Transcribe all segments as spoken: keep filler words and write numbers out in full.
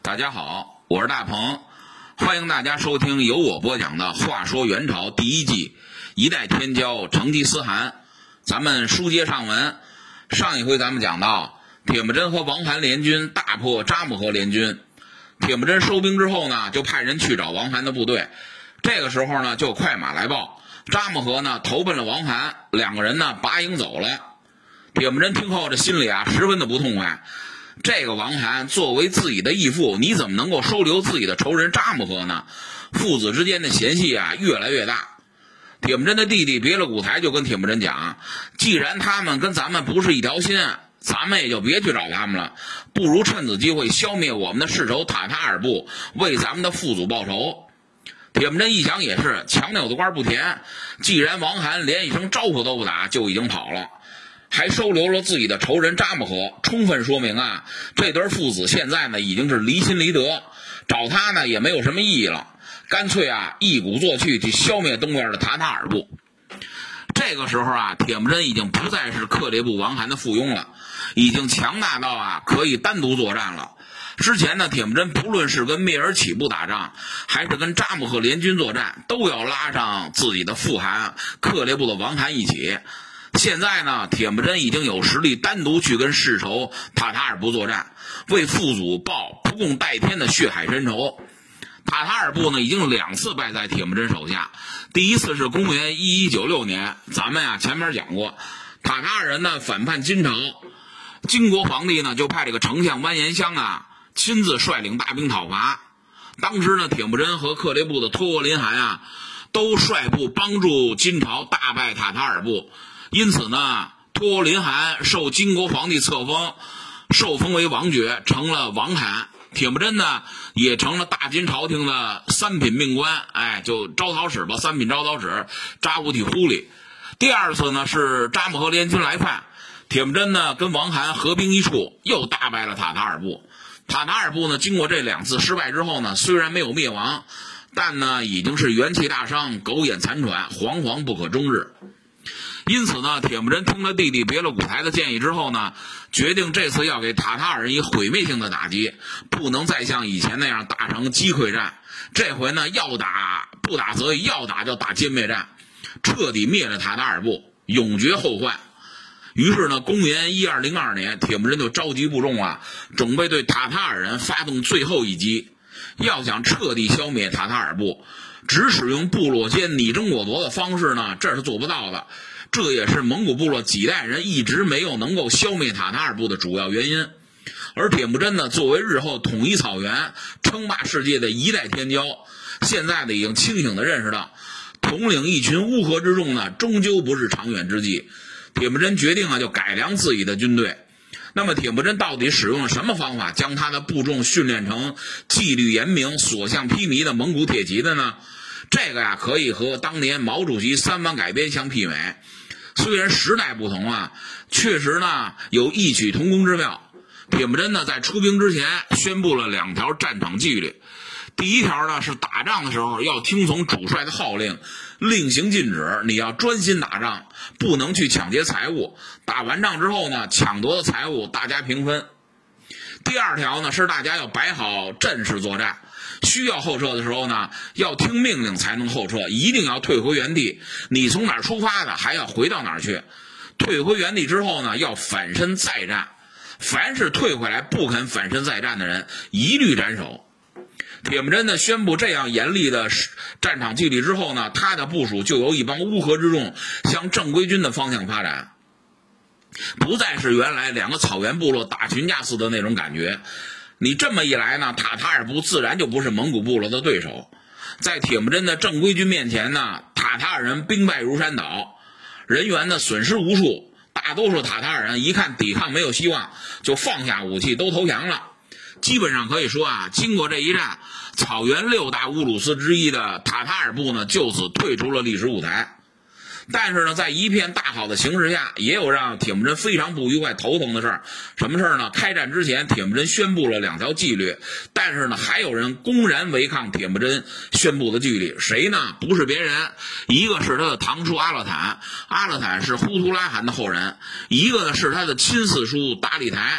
大家好，我是大鹏，欢迎大家收听由我播讲的《话说元朝》第一季一代天骄成吉思汗。咱们书接上文，上一回咱们讲到铁木真和王罕联军大破扎木合联军，铁木真收兵之后呢，就派人去找王罕的部队。这个时候呢，就快马来报，扎木合呢投奔了王罕，两个人呢拔营走了。铁木真听后这心里啊十分的不痛快。这个王罕作为自己的义父，你怎么能够收留自己的仇人扎木合呢？父子之间的嫌隙啊越来越大。铁木真的弟弟别了古台就跟铁木真讲，既然他们跟咱们不是一条心，咱们也就别去找他们了，不如趁此机会消灭我们的世仇塔塔尔部，为咱们的父祖报仇。铁木真一想也是，强扭的瓜不甜，既然王罕连一声招呼都不打就已经跑了，还收留了自己的仇人扎木合，充分说明啊，这对父子现在呢已经是离心离德，找他呢也没有什么意义了，干脆啊一鼓作气去消灭东边的塔塔尔部。这个时候啊，铁木真已经不再是克烈部王罕的附庸了，已经强大到啊可以单独作战了。之前呢，铁木真不论是跟蔑尔乞部打仗，还是跟扎木合联军作战，都要拉上自己的父汗克烈部的王罕一起。现在呢，铁木真已经有实力单独去跟世仇塔塔尔部作战，为父祖报不共戴天的血海深仇。塔塔尔部呢已经两次败在铁木真手下，第一次是公元一一九六年，咱们啊前面讲过，塔塔尔人呢反叛金朝，金国皇帝呢就派这个丞相完颜襄啊亲自率领大兵讨伐。当时呢，铁木真和克烈部的托额林汗啊都率部帮助金朝大败塔塔尔部。因此呢，托额林汗受金国皇帝册封，受封为王爵，成了王罕。铁木真呢，也成了大金朝廷的三品命官，哎，就招讨使吧，三品招讨使，扎乌提忽里。第二次呢，是扎木合联军来犯，铁木真呢跟王罕合兵一处，又大败了塔塔尔部。塔塔尔部呢，经过这两次失败之后呢，虽然没有灭亡，但呢已经是元气大伤，苟延残喘，惶惶不可终日。因此呢，铁木真听了弟弟别了古台的建议之后呢，决定这次要给塔塔尔人以毁灭性的打击，不能再像以前那样打成击溃战。这回呢，要打不打则已，要打就打歼灭战，彻底灭了塔塔尔部，永绝后患。于是呢，公元一二零二年，铁木真就召集部众啊，准备对塔塔尔人发动最后一击。要想彻底消灭塔塔尔部，只使用部落间你争我夺的方式呢，这是做不到的。这也是蒙古部落几代人一直没有能够消灭塔塔尔部的主要原因。而铁木真呢，作为日后统一草原、称霸世界的一代天骄，现在呢已经清醒地认识到，统领一群乌合之众呢，终究不是长远之计。铁木真决定啊，就改良自己的军队。那么铁木真到底使用了什么方法，将他的部众训练成纪律严明、所向披靡的蒙古铁骑的呢？这个呀，可以和当年毛主席三湾改编相媲美。虽然时代不同啊，确实呢有异曲同工之妙。铁木真呢在出兵之前宣布了两条战场纪律。第一条呢是打仗的时候要听从主帅的号令，令行禁止，你要专心打仗，不能去抢劫财物。打完仗之后呢，抢夺的财物大家平分。第二条呢是大家要摆好阵势作战，需要后撤的时候呢，要听命令才能后撤，一定要退回原地。你从哪儿出发的，还要回到哪儿去。退回原地之后呢，要反身再战。凡是退回来不肯反身再战的人，一律斩首。铁木真呢宣布这样严厉的战场纪律之后呢，他的部署就由一帮乌合之众向正规军的方向发展，不再是原来两个草原部落打群架似的那种感觉。你这么一来呢，塔塔尔部自然就不是蒙古部落的对手。在铁木真的正规军面前呢，塔塔尔人兵败如山倒，人员呢损失无数。大多数塔塔尔人一看抵抗没有希望，就放下武器都投降了。基本上可以说啊，经过这一战，草原六大乌鲁斯之一的塔塔尔部呢就此退出了历史舞台。但是呢，在一片大好的形势下，也有让铁木真非常不愉快头疼的事儿。什么事儿呢？开战之前，铁木真宣布了两条纪律，但是呢，还有人公然违抗铁木真宣布的纪律。谁呢？不是别人，一个是他的堂叔阿勒坦，阿勒坦是呼图拉汗的后人；一个呢是他的亲四叔达里台。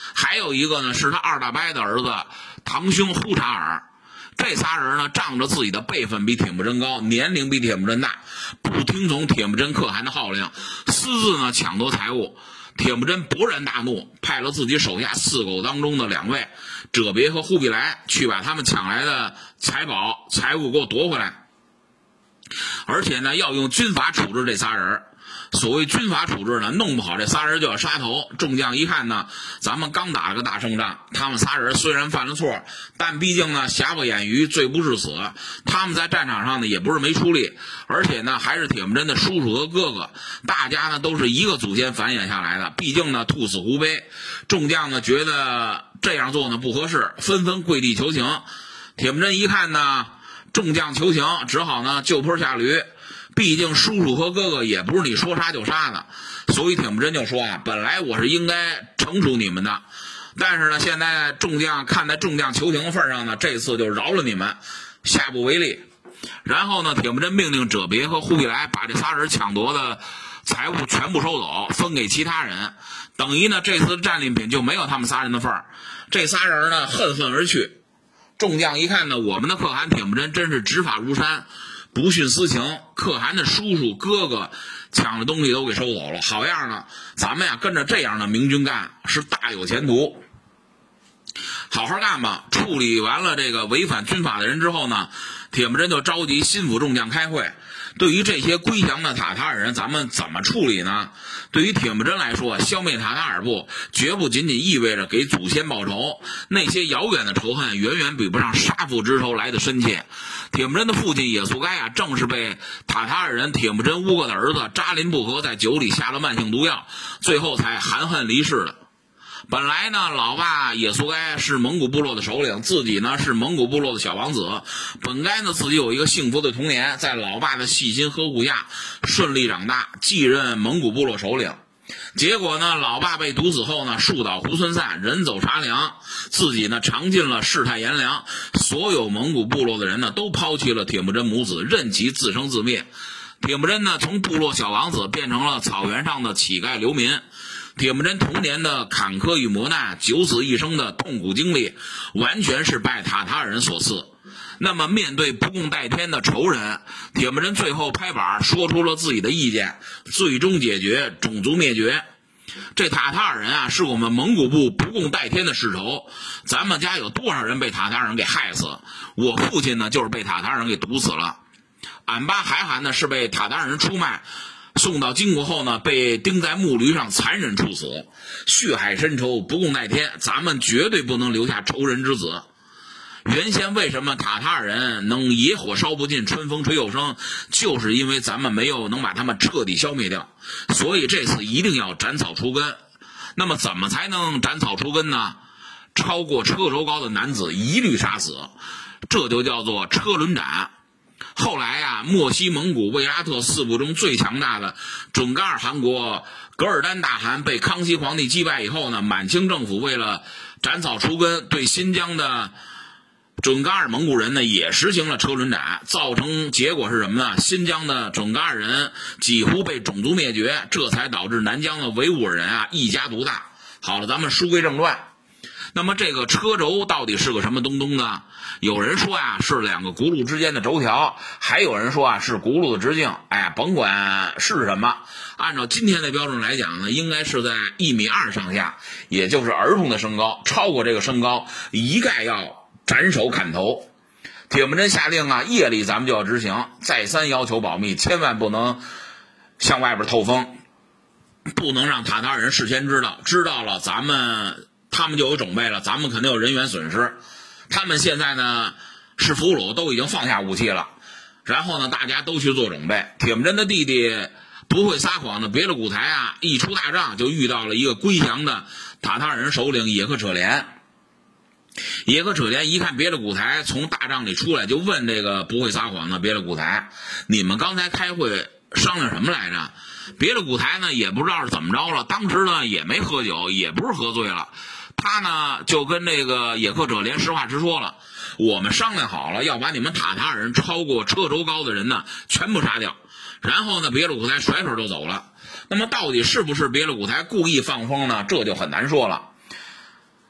还有一个呢是他二大伯的儿子堂兄呼查尔。这仨人呢，仗着自己的辈分比铁木真高，年龄比铁木真大，不听从铁木真可汗的号令，私自呢抢夺财物。铁木真勃然大怒，派了自己手下四狗当中的两位哲别和忽必来去把他们抢来的财宝财物给我夺回来，而且呢要用军法处置这仨人。所谓军法处置呢，弄不好这仨人就要杀头。众将一看呢，咱们刚打了个大胜仗，他们仨人虽然犯了错，但毕竟呢瑕不掩瑜，罪不至死。他们在战场上呢也不是没出力，而且呢还是铁木真的叔叔和哥哥，大家呢都是一个祖先繁衍下来的，毕竟呢兔死狐悲。众将呢觉得这样做呢不合适，纷纷跪地求情。铁木真一看呢众将求情，只好呢就坡下驴。毕竟叔叔和哥哥也不是你说杀就杀的，所以铁木真就说啊，本来我是应该惩处你们的，但是呢现在众将看在众将求情的份上呢，这次就饶了你们，下不为例。然后呢铁木真命令哲别和忽必来把这仨人抢夺的财物全部收走，分给其他人，等于呢这次战利品就没有他们仨人的份儿。这仨人呢恨恨而去。众将一看呢，我们的可汗铁木真真是执法如山，不徇私情，可汗的叔叔哥哥抢的东西都给收走了，好样的，咱们呀跟着这样的明君干是大有前途。好好干吧。处理完了这个违反军法的人之后呢，铁木真就召集心腹众将开会，对于这些归降的塔塔尔人咱们怎么处理呢？对于铁木真来说，消灭塔塔尔部绝不仅仅意味着给祖先报仇，那些遥远的仇恨远远比不上杀父之仇来的深切。铁木真的父亲也速该啊，正是被塔塔尔人铁木真乌哥的儿子扎林布和在酒里下了慢性毒药，最后才含恨离世的。本来呢老爸也速该是蒙古部落的首领，自己呢是蒙古部落的小王子，本该呢自己有一个幸福的童年，在老爸的细心呵护下顺利长大，继任蒙古部落首领。结果呢老爸被毒死后呢，树倒猢狲散，人走茶凉，自己呢尝尽了世态炎凉，所有蒙古部落的人呢都抛弃了铁木真母子，任其自生自灭。铁木真呢从部落小王子变成了草原上的乞丐流民。铁木真童年的坎坷与磨难，九死一生的痛苦经历，完全是拜塔塔尔人所赐。那么面对不共戴天的仇人，铁木真最后拍板说出了自己的意见，最终解决种族灭绝。这塔塔尔人啊，是我们蒙古部不共戴天的世仇，咱们家有多少人被塔塔尔人给害死？我父亲呢就是被塔塔尔人给毒死了，俺爸海罕呢是被塔塔尔人出卖，送到金国后呢，被钉在木驴上残忍处死。血海深仇，不共戴天，咱们绝对不能留下仇人之子。原先为什么塔塔尔人能野火烧不尽，春风吹又生，就是因为咱们没有能把他们彻底消灭掉，所以这次一定要斩草除根。那么怎么才能斩草除根呢？超过车轴高的男子一律杀死，这就叫做车轮斩。后来呀、啊，漠西蒙古卫拉特四部中最强大的准噶尔汗国噶尔丹大汗被康熙皇帝击败以后呢，满清政府为了斩草除根，对新疆的准噶尔蒙古人呢也实行了车轮斩，造成结果是什么呢？新疆的准噶尔人几乎被种族灭绝，这才导致南疆的维吾尔人啊一家独大。好了，咱们书归正传。那么这个车轴到底是个什么东东呢？有人说呀、啊、是两个轱辘之间的轴条，还有人说啊是轱辘的直径。哎，甭管是什么，按照今天的标准来讲呢，应该是在一米二上下，也就是儿童的身高。超过这个身高，一概要斩首砍头。铁木真下令啊，夜里咱们就要执行，再三要求保密，千万不能向外边透风，不能让塔塔尔人事先知道，知道了咱们他们就有准备了，咱们肯定有人员损失。他们现在呢是俘虏，都已经放下武器了，然后呢大家都去做准备。铁木真的弟弟不会撒谎的别勒古台啊，一出大仗就遇到了一个归降的塔塔尔人首领野克扯连。野克扯连一看别勒古台从大帐里出来，就问这个不会撒谎的别勒古台，你们刚才开会商量什么来着？别勒古台呢也不知道是怎么着了，当时呢也没喝酒，也不是喝醉了，他呢就跟这个野克扯连实话实说了，我们商量好了要把你们塔塔尔人超过车轴高的人呢全部杀掉。然后呢别勒古台甩手就走了。那么到底是不是别勒古台故意放风呢？这就很难说了。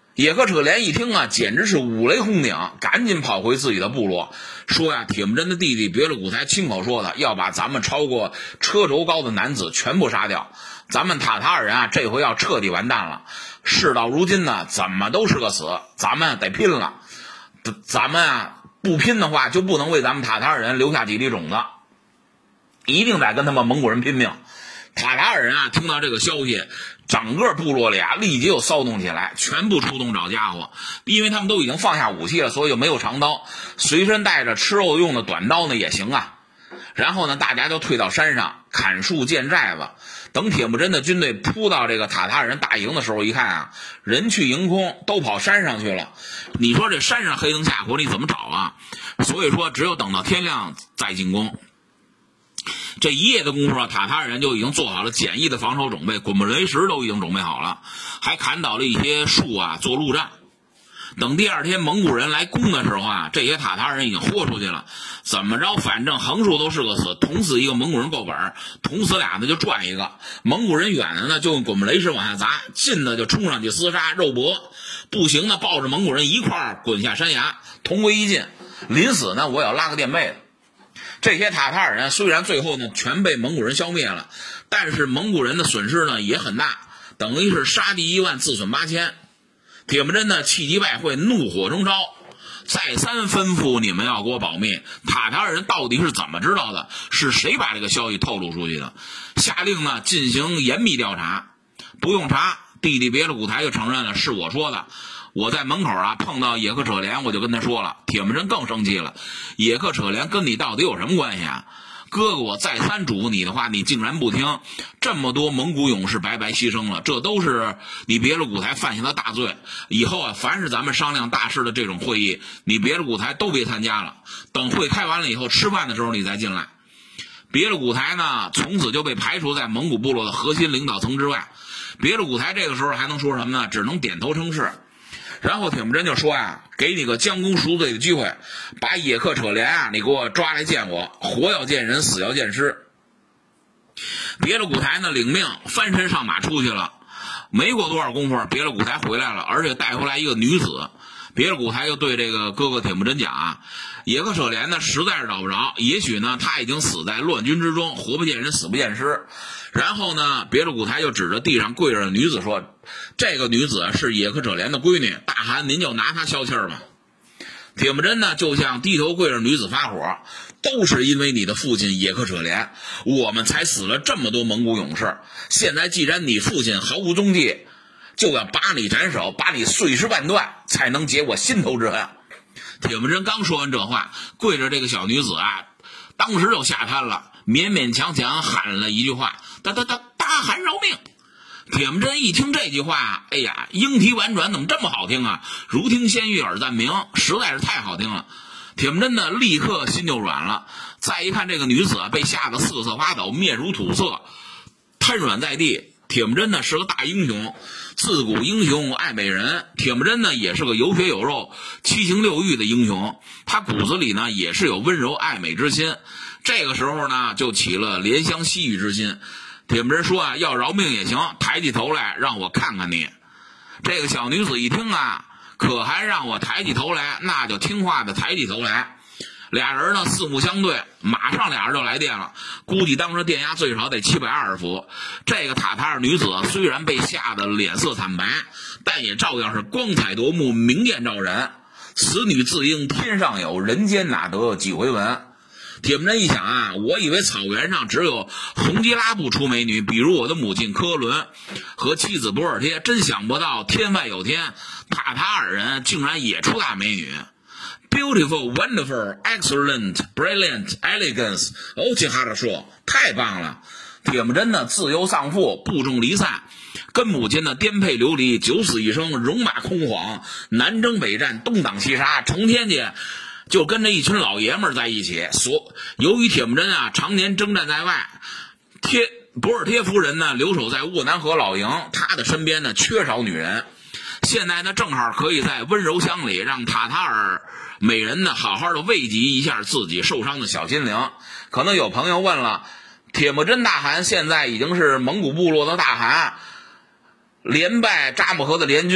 野克扯连一听啊，简直是五雷轰顶，赶紧跑回自己的部落，说呀，铁木真的弟弟别了古台亲口说的，要把咱们超过车轴高的男子全部杀掉，咱们塔塔尔人啊，这回要彻底完蛋了。事到如今呢，怎么都是个死，咱们得拼了。咱们啊，不拼的话，就不能为咱们塔塔尔人留下几粒种子，一定得跟他们蒙古人拼命。塔塔尔人啊，听到这个消息，整个部落里啊立即就骚动起来，全部出动找家伙。因为他们都已经放下武器了，所以就没有长刀，随身带着吃肉用的短刀呢也行啊。然后呢，大家就退到山上砍树建寨子。等铁木真的军队扑到这个塔塔尔人大营的时候，一看啊，人去营空，都跑山上去了。你说这山上黑灯瞎火，你怎么找啊？所以说，只有等到天亮再进攻。这一夜的功夫啊，塔塔尔人就已经做好了简易的防守准备，滚木雷石都已经准备好了，还砍倒了一些树啊做路障。等第二天蒙古人来攻的时候啊，这些塔塔尔人已经豁出去了。怎么着，反正横竖都是个死，捅死一个蒙古人够本，捅死俩的就赚一个。蒙古人远的呢就用滚木雷石往下砸，近的就冲上去厮杀肉搏，不行的抱着蒙古人一块儿滚下山崖，同归于尽。临死呢，我也要拉个垫背的。这些塔塔尔人虽然最后呢全被蒙古人消灭了，但是蒙古人的损失呢也很大，等于是杀敌一万自损八千。铁木真呢气急败坏，怒火中烧，再三吩咐你们要给我保密。塔塔尔人到底是怎么知道的？是谁把这个消息透露出去的？下令呢进行严密调查。不用查，弟弟别了古台就承认了，是我说的。我在门口啊碰到野克扯连，我就跟他说了。铁木真更生气了，野克扯连跟你到底有什么关系啊？哥哥，我再三嘱咐你的话，你竟然不听，这么多蒙古勇士白白牺牲了，这都是你别了古台犯下的大罪。以后啊，凡是咱们商量大事的这种会议，你别了古台都别参加了，等会开完了以后，吃饭的时候你再进来。别了古台呢，从此就被排除在蒙古部落的核心领导层之外。别了古台这个时候还能说什么呢？只能点头称是。然后铁木真就说呀，给你个将功赎罪的机会，把野克扯连啊，你给我抓来见我，活要见人，死要见尸。别了古台呢，领命翻身上马出去了。没过多少功夫，别了古台回来了，而且带回来一个女子。别了古台就对这个哥哥铁木真讲啊，野克扯连呢实在是找不着，也许呢他已经死在乱军之中，活不见人，死不见尸。然后呢，别了古台就指着地上跪着的女子说，这个女子是野克扯连的闺女，大汗您就拿她消气儿吧。铁木真呢就向低头跪着女子发火，都是因为你的父亲野克扯连，我们才死了这么多蒙古勇士。现在既然你父亲毫无踪迹，就要把你斩首，把你碎尸万段，才能解我心头之恨。铁木真刚说完这话，跪着这个小女子啊，当时就吓瘫了，勉勉强强喊了一句话，大大大大汗饶命。铁木真一听这句话，哎呀，莺啼婉转，怎么这么好听啊？如听仙乐耳暂明，实在是太好听了。铁木真呢立刻心就软了，再一看这个女子啊，被吓得瑟瑟发抖，面如土色，瘫软在地。铁木真呢是个大英雄，自古英雄爱美人。铁木真呢也是个有血有肉、七情六欲的英雄，他骨子里呢也是有温柔爱美之心。这个时候呢就起了怜香惜玉之心。铁木真说啊，要饶命也行，抬起头来让我看看你。这个小女子一听啊，可还让我抬起头来，那就听话的抬起头来。俩人呢四目相对，马上俩人就来电了，估计当时电压最少得七百二十伏。这个塔塔尔女子虽然被吓得脸色惨白，但也照样是光彩夺目，明艳照人。此女自应天上有，人间哪得几回闻。铁木真一想啊，我以为草原上只有洪吉拉部出美女，比如我的母亲科伦和妻子博尔贴，真想不到天外有天，塔塔尔人竟然也出大美女。Beautiful, wonderful, excellent, brilliant, elegance。欧齐哈特说，太棒了。铁木真呢，自由丧父，部众离散，跟母亲呢颠沛流离，九死一生，戎马空晃，南征北战，东挡西杀，成天去就跟着一群老爷们儿在一起。所由于铁木真啊常年征战在外，贴博尔贴夫人呢留守在沃南河老营，他的身边呢缺少女人。现在呢正好可以在温柔乡里让塔塔尔美人呢好好的慰藉一下自己受伤的小心灵。可能有朋友问了，铁木真大汗现在已经是蒙古部落的大汗，连败扎木合的联军，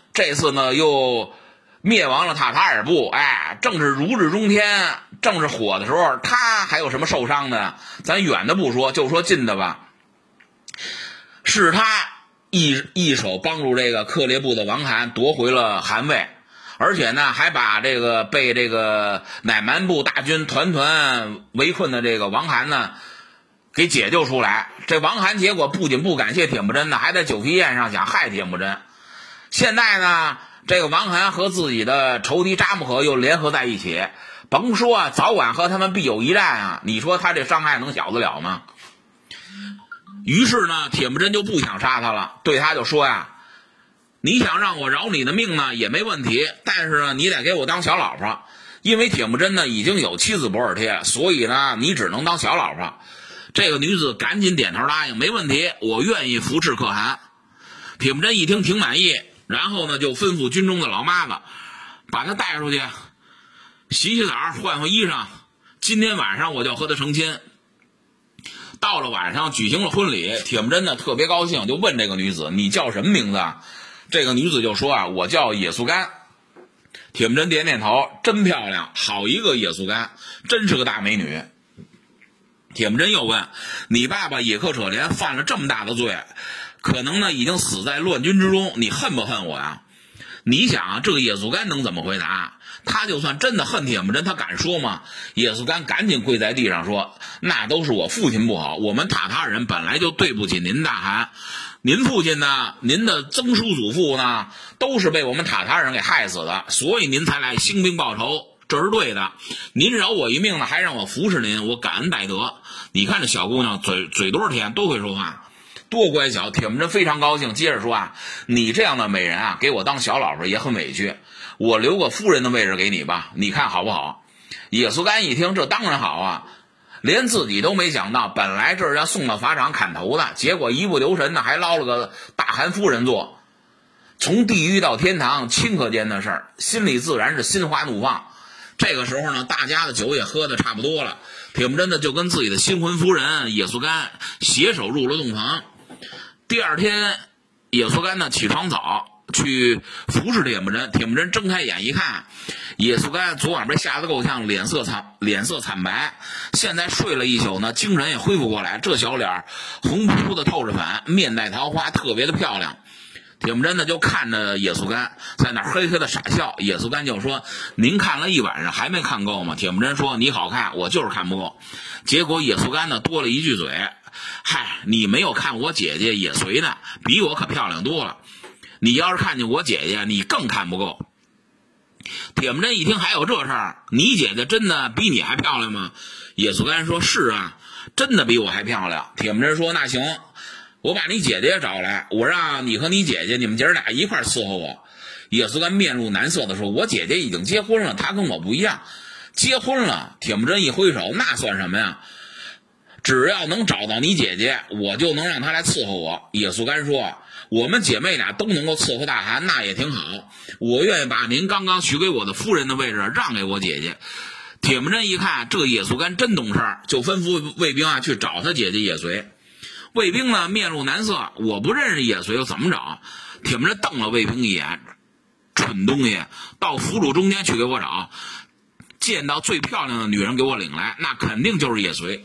这次呢又灭亡了塔塔尔部，哎，正是如日中天，正是火的时候，他还有什么受伤的？咱远的不说，就说近的吧，是他一一手帮助这个克烈部的王韩夺回了汗位，而且呢还把这个被这个乃蛮部大军团团围困的这个王韩呢给解救出来。这王韩结果不仅不感谢铁木真呢，还在酒席宴上想害铁木真。现在呢这个王韩和自己的仇敌扎木合又联合在一起，甭说啊，早晚和他们必有一战啊，你说他这伤害能小得了吗？于是呢铁木真就不想杀他了，对他就说呀，你想让我饶你的命呢也没问题，但是呢你得给我当小老婆，因为铁木真呢已经有妻子博尔贴，所以呢你只能当小老婆。这个女子赶紧点头答应，没问题，我愿意扶持可汗。铁木真一听挺满意，然后呢就吩咐军中的老妈子把他带出去洗洗澡换换衣裳，今天晚上我就要和他成亲。到了晚上举行了婚礼，铁木真呢特别高兴，就问这个女子，你叫什么名字啊？这个女子就说啊，我叫野速干。铁木真点点头，真漂亮，好一个野速干，真是个大美女。铁木真又问，你爸爸野克扯连犯了这么大的罪，可能呢已经死在乱军之中，你恨不恨我呀？你想啊，这个野速干能怎么回答？他就算真的恨铁木真，他敢说吗？野速干赶紧跪在地上说，那都是我父亲不好，我们塔塔尔人本来就对不起您大汗，您父亲呢，您的曾叔祖父呢，都是被我们塔塔尔人给害死的，所以您才来兴兵报仇，这是对的。您饶我一命呢，还让我服侍您，我感恩戴德。你看这小姑娘嘴嘴多少甜，都会说话，多乖巧。铁木真非常高兴，接着说啊，你这样的美人啊，给我当小老婆也很委屈，我留个夫人的位置给你吧，你看好不好？野速干一听，这当然好啊，连自己都没想到，本来这是要送到法场砍头的，结果一不留神呢，还捞了个大汗夫人做，从地狱到天堂顷刻间的事儿，心里自然是心花怒放。这个时候呢，大家的酒也喝得差不多了，铁木真呢就跟自己的新婚夫人野速干携手入了洞房。第二天，野速干呢起床早去服侍铁木真，铁木真睁开眼一看，野速干昨晚被吓得够呛，脸色惨脸色惨白，现在睡了一宿呢，精神也恢复过来，这小脸红扑扑的透着粉，面带桃花，特别的漂亮。铁木真呢就看着野速干在那嘿嘿的傻笑，野速干就说，您看了一晚上还没看够吗？铁木真说，你好看，我就是看不够。结果野速干呢多了一句嘴，嗨，你没有看我姐姐野随呢，比我可漂亮多了，你要是看见我姐姐你更看不够。铁木真一听还有这事儿，你姐姐真的比你还漂亮吗？野速干说，是啊，真的比我还漂亮。铁木真说，那行，我把你姐姐也找来，我让你和你姐姐你们姐儿俩一块伺候我。野速干面露难色的说，我姐姐已经结婚了，她跟我不一样。结婚了？铁木真一挥手，那算什么呀？只要能找到你姐姐，我就能让她来伺候我。野速干说，我们姐妹俩都能够伺候大汗，那也挺好，我愿意把您刚刚许给我的夫人的位置让给我姐姐。铁木真一看这野速干真懂事，就吩咐卫兵啊去找他姐姐野随。卫兵呢面露难色，我不认识野随又怎么找？铁木真瞪了卫兵一眼，蠢东西，到俘虏中间去给我找，见到最漂亮的女人给我领来，那肯定就是野随。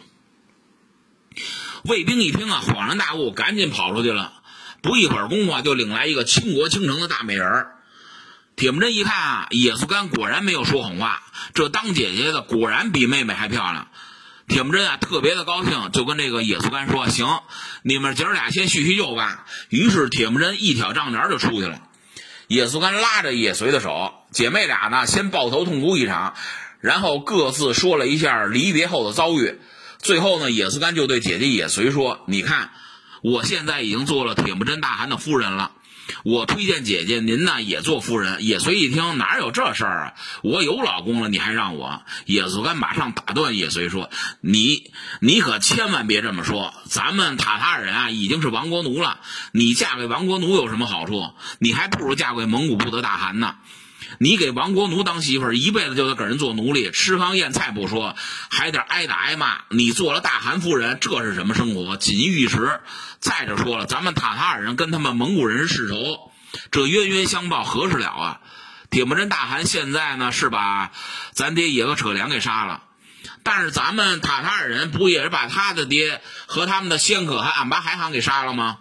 卫兵一听啊，恍然大悟，赶紧跑出去了。不一会儿功夫啊，就领来一个倾国倾城的大美人。铁木真一看啊，野速干果然没有说谎话，这当姐姐的果然比妹妹还漂亮。铁木真啊特别的高兴，就跟这个野速干说，行，你们姐儿俩先叙叙旧吧。于是铁木真一挑帐帘就出去了。野速干拉着野随的手，姐妹俩呢先抱头痛哭一场，然后各自说了一下离别后的遭遇。最后呢，野速干就对姐姐野随说，你看我现在已经做了铁木真大汗的夫人了，我推荐姐姐您呢也做夫人。野随一听，哪有这事儿啊，我有老公了你还让我？野速干马上打断野随说，你你可千万别这么说，咱们塔塔尔人啊已经是亡国奴了，你嫁给亡国奴有什么好处？你还不如嫁给蒙古部的大汗呢。你给亡国奴当媳妇儿，一辈子就得给人做奴隶，吃糠咽菜不说，还得挨打挨骂。你做了大汗夫人，这是什么生活？锦衣玉食。再者说了，咱们塔塔尔人跟他们蒙古人是世仇， 这冤冤相报何时了啊？铁木真大汗现在呢是把咱爹野鹅扯良给杀了，但是咱们塔塔尔人不也是把他的爹和他们的先可汗俺巴海汗给杀了吗？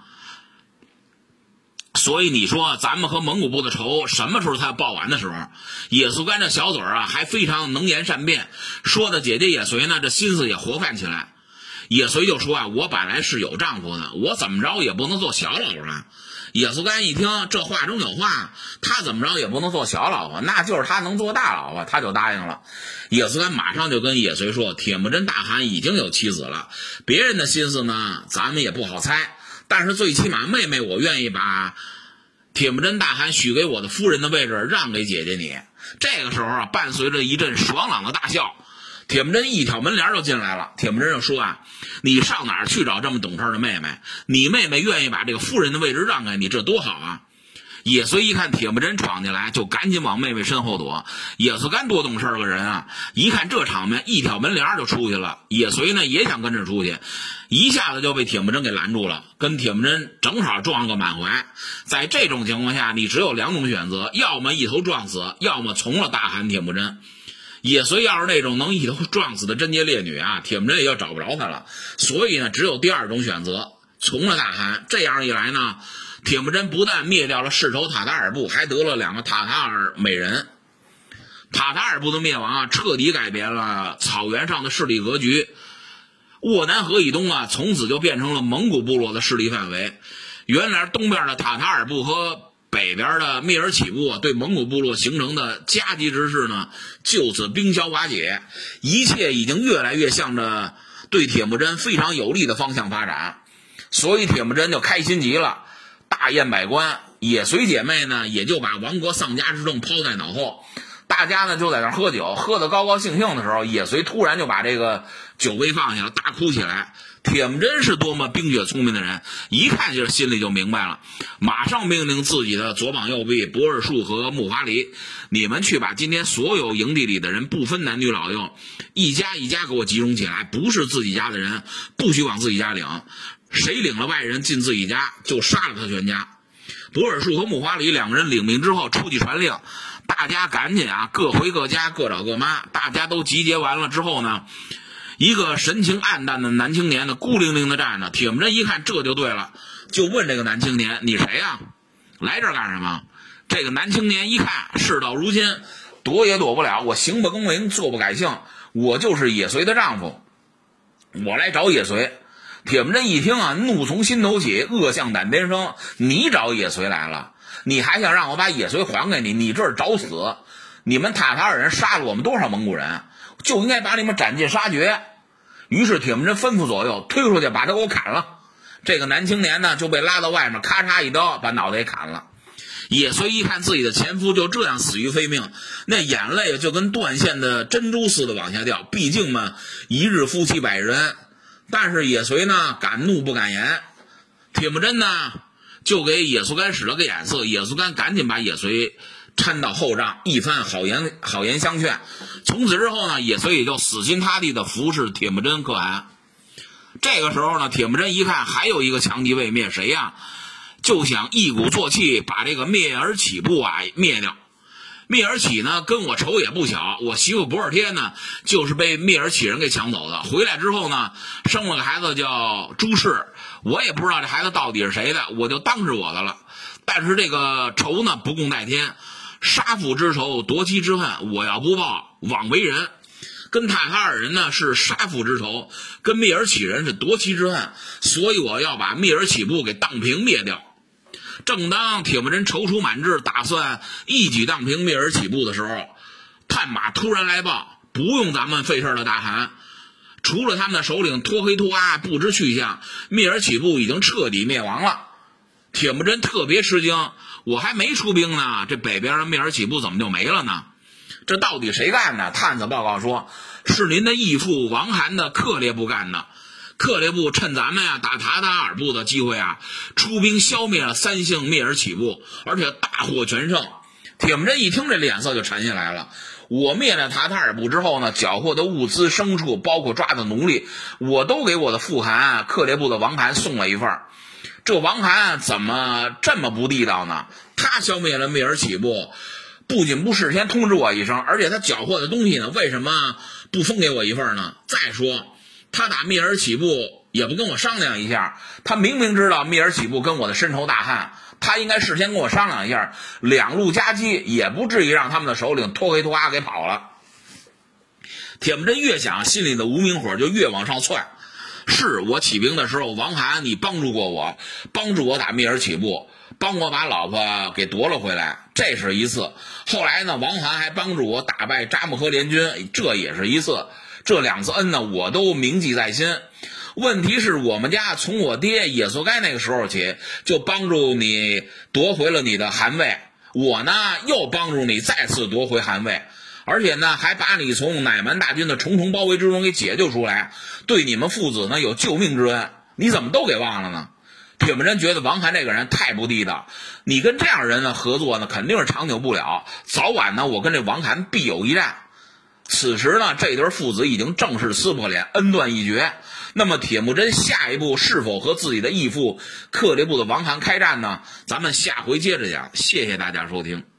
所以你说咱们和蒙古部的仇什么时候才报完的时候？也速干这小嘴啊还非常能言善辩，说的姐姐也随呢这心思也活泛起来。也随就说啊，我本来是有丈夫的，我怎么着也不能做小老婆啊。也速干一听这话中有话，他怎么着也不能做小老婆，那就是他能做大老婆，他就答应了。也速干马上就跟也随说，铁木真大汗已经有妻子了，别人的心思呢咱们也不好猜，但是最起码妹妹我愿意把铁木真大汗许给我的夫人的位置让给姐姐你。这个时候啊，伴随着一阵爽朗的大笑，铁木真一挑门帘就进来了。铁木真就说啊，你上哪儿去找这么懂事的妹妹？你妹妹愿意把这个夫人的位置让给你，这多好啊！也随一看铁木真闯进来，就赶紧往妹妹身后躲。也速干多懂事个人啊，一看这场面，一挑门帘就出去了。也随呢也想跟着出去，一下子就被铁木真给拦住了，跟铁木真正好撞了个满怀。在这种情况下，你只有两种选择，要么一头撞死，要么从了大汗铁木真。也随要是那种能一头撞死的贞洁烈女啊，铁木真也就找不着她了。所以呢，只有第二种选择，从了大汗。这样一来呢，铁木真不但灭掉了世仇塔塔尔部，还得了两个塔塔尔美人。塔塔尔部的灭亡啊，彻底改变了草原上的势力格局。沃南河以东啊，从此就变成了蒙古部落的势力范围。原来东边的塔塔尔部和北边的蔑尔乞部对蒙古部落形成的夹击之势呢，就此冰消瓦解，一切已经越来越向着对铁木真非常有利的方向发展。所以铁木真就开心极了，大宴百官。也随姐妹呢也就把亡国丧家之政抛在脑后，大家呢就在那喝酒，喝得高高兴兴的时候，也随突然就把这个酒杯放下了，大哭起来。铁木真是多么冰雪聪明的人，一看就是心里就明白了，马上命令自己的左膀右臂博尔术和木华黎，你们去把今天所有营地里的人不分男女老幼，一家一家给我集中起来，不是自己家的人不许往自己家领，谁领了外人进自己家就杀了他全家。博尔术和木华黎两个人领命之后出去传令，大家赶紧啊各回各家各找各妈。大家都集结完了之后呢，一个神情暗淡的男青年呢孤零零的站着。铁木真一看这就对了，就问这个男青年，你谁呀？来这儿干什么？这个男青年一看事到如今，躲也躲不了，我行不更名，坐不改姓，我就是也随的丈夫，我来找也随。铁木真一听啊，怒从心头起，恶向胆边生。你找也随来了，你还想让我把也随还给你？你这是找死！你们塔塔尔人杀了我们多少蒙古人，就应该把你们斩尽杀绝。于是铁木真吩咐左右，推出去把他给我砍了。这个男青年呢就被拉到外面，咔嚓一刀把脑袋给砍了。也随一看自己的前夫就这样死于非命，那眼泪就跟断线的珍珠似的往下掉。毕竟嘛，一日夫妻百日恩。但是也随呢敢怒不敢言，铁木真呢就给也速干使了个眼色，也速干赶紧把也随搀到后帐，一番好言好言相劝。从此之后呢，也随也就死心塌地的服侍铁木真可汗。这个时候呢，铁木真一看还有一个强敌未灭，谁呀？就想一鼓作气把这个蔑尔乞部啊灭掉。蔑尔乞呢跟我仇也不小，我媳妇博尔贴呢就是被蔑尔乞人给抢走的，回来之后呢生了个孩子叫朱氏，我也不知道这孩子到底是谁的，我就当是我的了。但是这个仇呢不共戴天，杀父之仇夺妻之恨，我要不报枉为人。跟塔塔尔人呢是杀父之仇，跟蔑尔乞人是夺妻之恨，所以我要把蔑尔乞部给荡平灭掉。正当铁木真踌躇满志，打算一举荡平蔑尔乞部的时候，探马突然来报，不用咱们费事了，大汗，除了他们的首领托黑托阿不知去向，蔑尔乞部已经彻底灭亡了。铁木真特别吃惊，我还没出兵呢，这北边的蔑尔乞部怎么就没了呢？这到底谁干的？探子报告说，是您的义父王罕的克烈部干的。克烈部趁咱们呀、啊、打塔塔尔部的机会啊，出兵消灭了三姓蔑尔乞部，而且大获全胜。铁木真一听这脸色就沉下来了。我灭了塔塔尔部之后呢，缴获的物资牲畜，包括抓的奴隶，我都给我的父汗克烈部的王罕送了一份。这王罕怎么这么不地道呢？他他消灭了密尔起部，不仅不事先通知我一声，而且他缴获的东西呢，为什么不分给我一份呢？再说他打密尔起部也不跟我商量一下，他明明知道密尔起部跟我的深仇大恨，他应该事先跟我商量一下，两路夹击，也不至于让他们的首领拖黑拖哈给跑了。铁木真越想，心里的无名火就越往上窜。是我起兵的时候，王涵你帮助过我，帮助我打密尔起部，帮我把老婆给夺了回来，这是一次。后来呢，王涵还帮助我打败扎木合联军，这也是一次。这两次恩呢，我都铭记在心。问题是我们家从我爹也速该那个时候起，就帮助你夺回了你的汗位，我呢又帮助你再次夺回汗位，而且呢还把你从乃蛮大军的重重包围之中给解救出来，对你们父子呢有救命之恩，你怎么都给忘了呢？铁木真觉得王涵这个人太不地道，你跟这样人呢合作呢肯定是长久不了，早晚呢我跟这王涵必有一战。此时呢这对父子已经正式撕破脸，恩断义绝。那么铁木真下一步是否和自己的义父克烈部的王涵开战呢？咱们下回接着讲，谢谢大家收听。